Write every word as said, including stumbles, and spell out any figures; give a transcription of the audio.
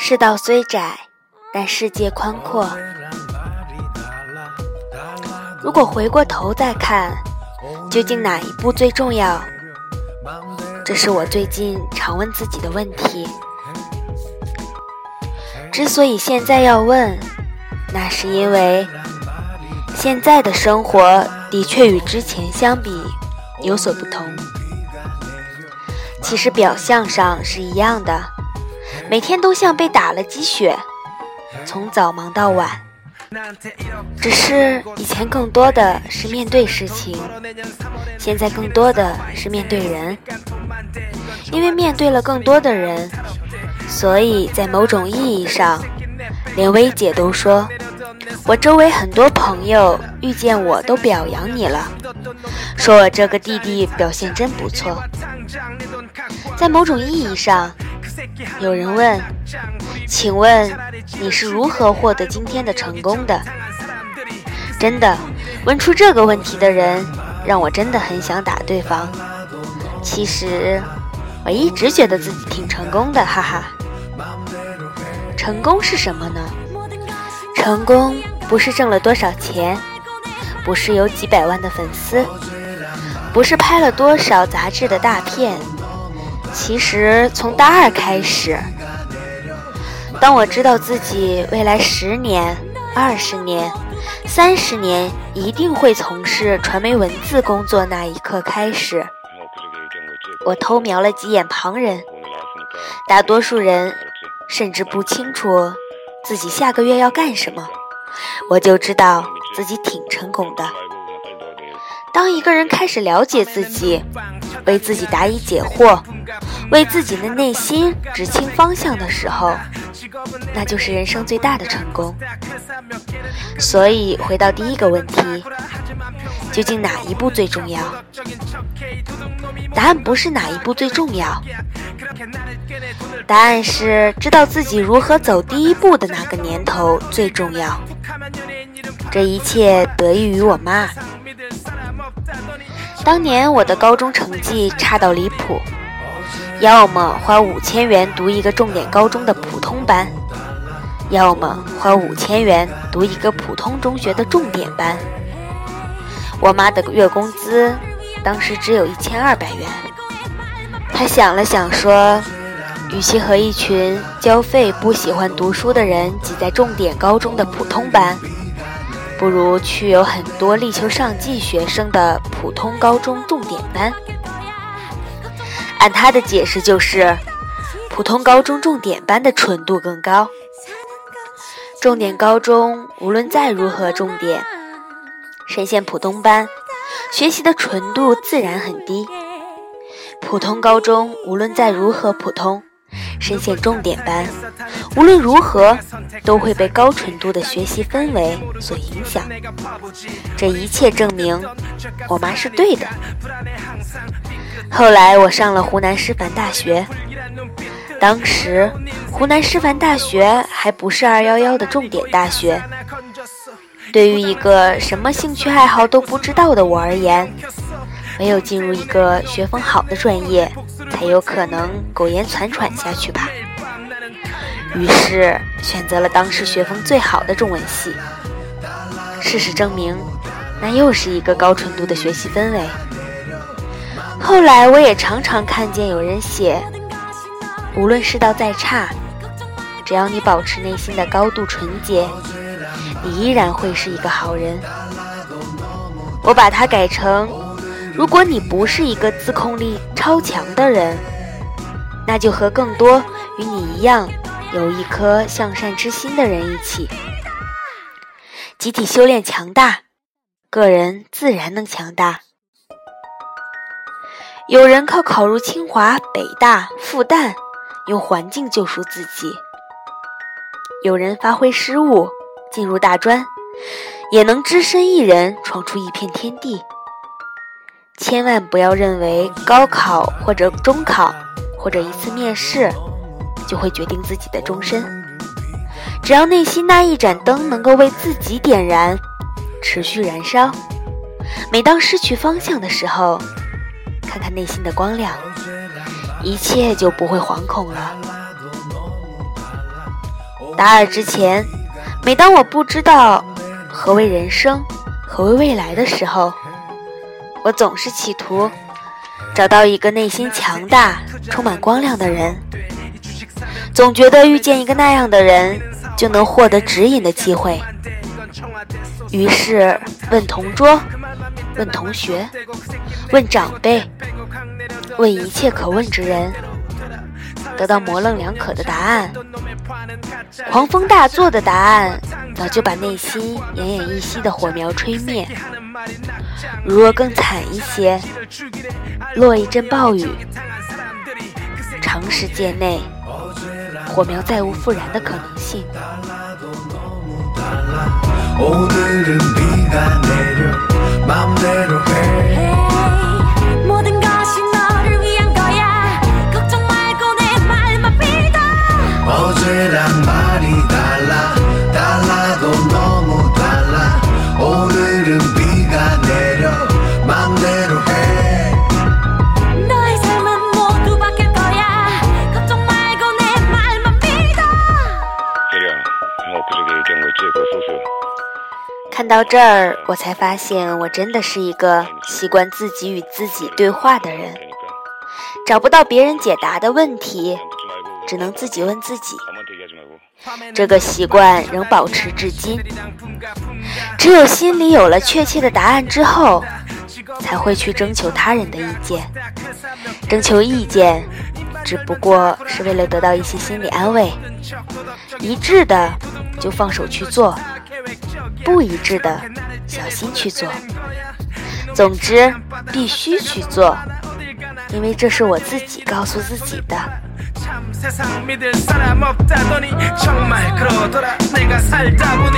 世道虽窄，但世界宽阔。如果回过头再看，究竟哪一步最重要？这是我最近常问自己的问题。之所以现在要问，那是因为现在的生活的确与之前相比有所不同。其实表象上是一样的，每天都像被打了鸡血，从早忙到晚。只是以前更多的是面对事情，现在更多的是面对人。因为面对了更多的人，所以在某种意义上，连薇姐都说，我周围很多朋友遇见我都表扬你了，说我这个弟弟表现真不错。在某种意义上，有人问，请问你是如何获得今天的成功的？真的，问出这个问题的人让我真的很想打对方。其实我一直觉得自己挺成功的，哈哈。成功是什么呢？成功不是挣了多少钱，不是有几百万的粉丝，不是拍了多少杂志的大片。其实从大二开始，当我知道自己未来十年、二十年、三十年一定会从事传媒文字工作那一刻开始，我偷瞄了几眼旁人，大多数人甚至不清楚自己下个月要干什么，我就知道自己挺成功的。当一个人开始了解自己，为自己答疑解惑，为自己的内心指清方向的时候，那就是人生最大的成功。所以回到第一个问题，究竟哪一步最重要？答案不是哪一步最重要，答案是知道自己如何走第一步的那个年头最重要。这一切得益于我妈。当年我的高中成绩差到离谱，要么花五千元读一个重点高中的普通班，要么花五千元读一个普通中学的重点班。我妈的月工资当时只有一千二百元，她想了想说，与其和一群交费不喜欢读书的人挤在重点高中的普通班，不如去有很多力求上进学生的普通高中重点班。按他的解释就是，普通高中重点班的纯度更高。重点高中无论再如何重点，深陷普通班，学习的纯度自然很低。普通高中无论再如何普通，深陷重点班，无论如何都会被高纯度的学习氛围所影响。这一切证明我妈是对的。后来我上了湖南师范大学，当时湖南师范大学还不是二一一的重点大学。对于一个什么兴趣爱好都不知道的我而言，唯有进入一个学风好的专业，才有可能苟延残喘下去吧。于是选择了当时学风最好的中文系。事实证明，那又是一个高纯度的学习氛围。后来我也常常看见有人写，无论世道再差，只要你保持内心的高度纯洁，你依然会是一个好人。我把它改成，如果你不是一个自控力超强的人，那就和更多与你一样有一颗向善之心的人一起，集体修炼强大，个人自然能强大。有人靠考入清华、北大、复旦用环境救赎自己，有人发挥失误进入大专，也能只身一人闯出一片天地。千万不要认为高考或者中考或者一次面试就会决定自己的终身。只要内心那一盏灯能够为自己点燃，持续燃烧，每当失去方向的时候，看看内心的光亮，一切就不会惶恐了。 大二之前，每当我不知道何为人生，何为未来的时候，我总是企图找到一个内心强大、充满光亮的人，总觉得遇见一个那样的人，就能获得指引的机会。于是问同桌，问同学，问长辈，问一切可问之人，得到模棱两可的答案。狂风大作的答案早就把内心奄奄一息的火苗吹灭。如若更惨一些，落一阵暴雨，长时间内火苗再无复燃的可能性。看到这儿，我才发现我真的是一个习惯自己与自己对话的人，找不到别人解答的问题，只能自己问自己。这个习惯仍保持至今，只有心里有了确切的答案之后，才会去征求他人的意见。征求意见只不过是为了得到一些心理安慰，一致的就放手去做，不一致的小心去做。总之必须去做，因为这是我自己告诉自己的。 세상 믿을 사람 없다더니 정말 그러더라 내가 살다 보니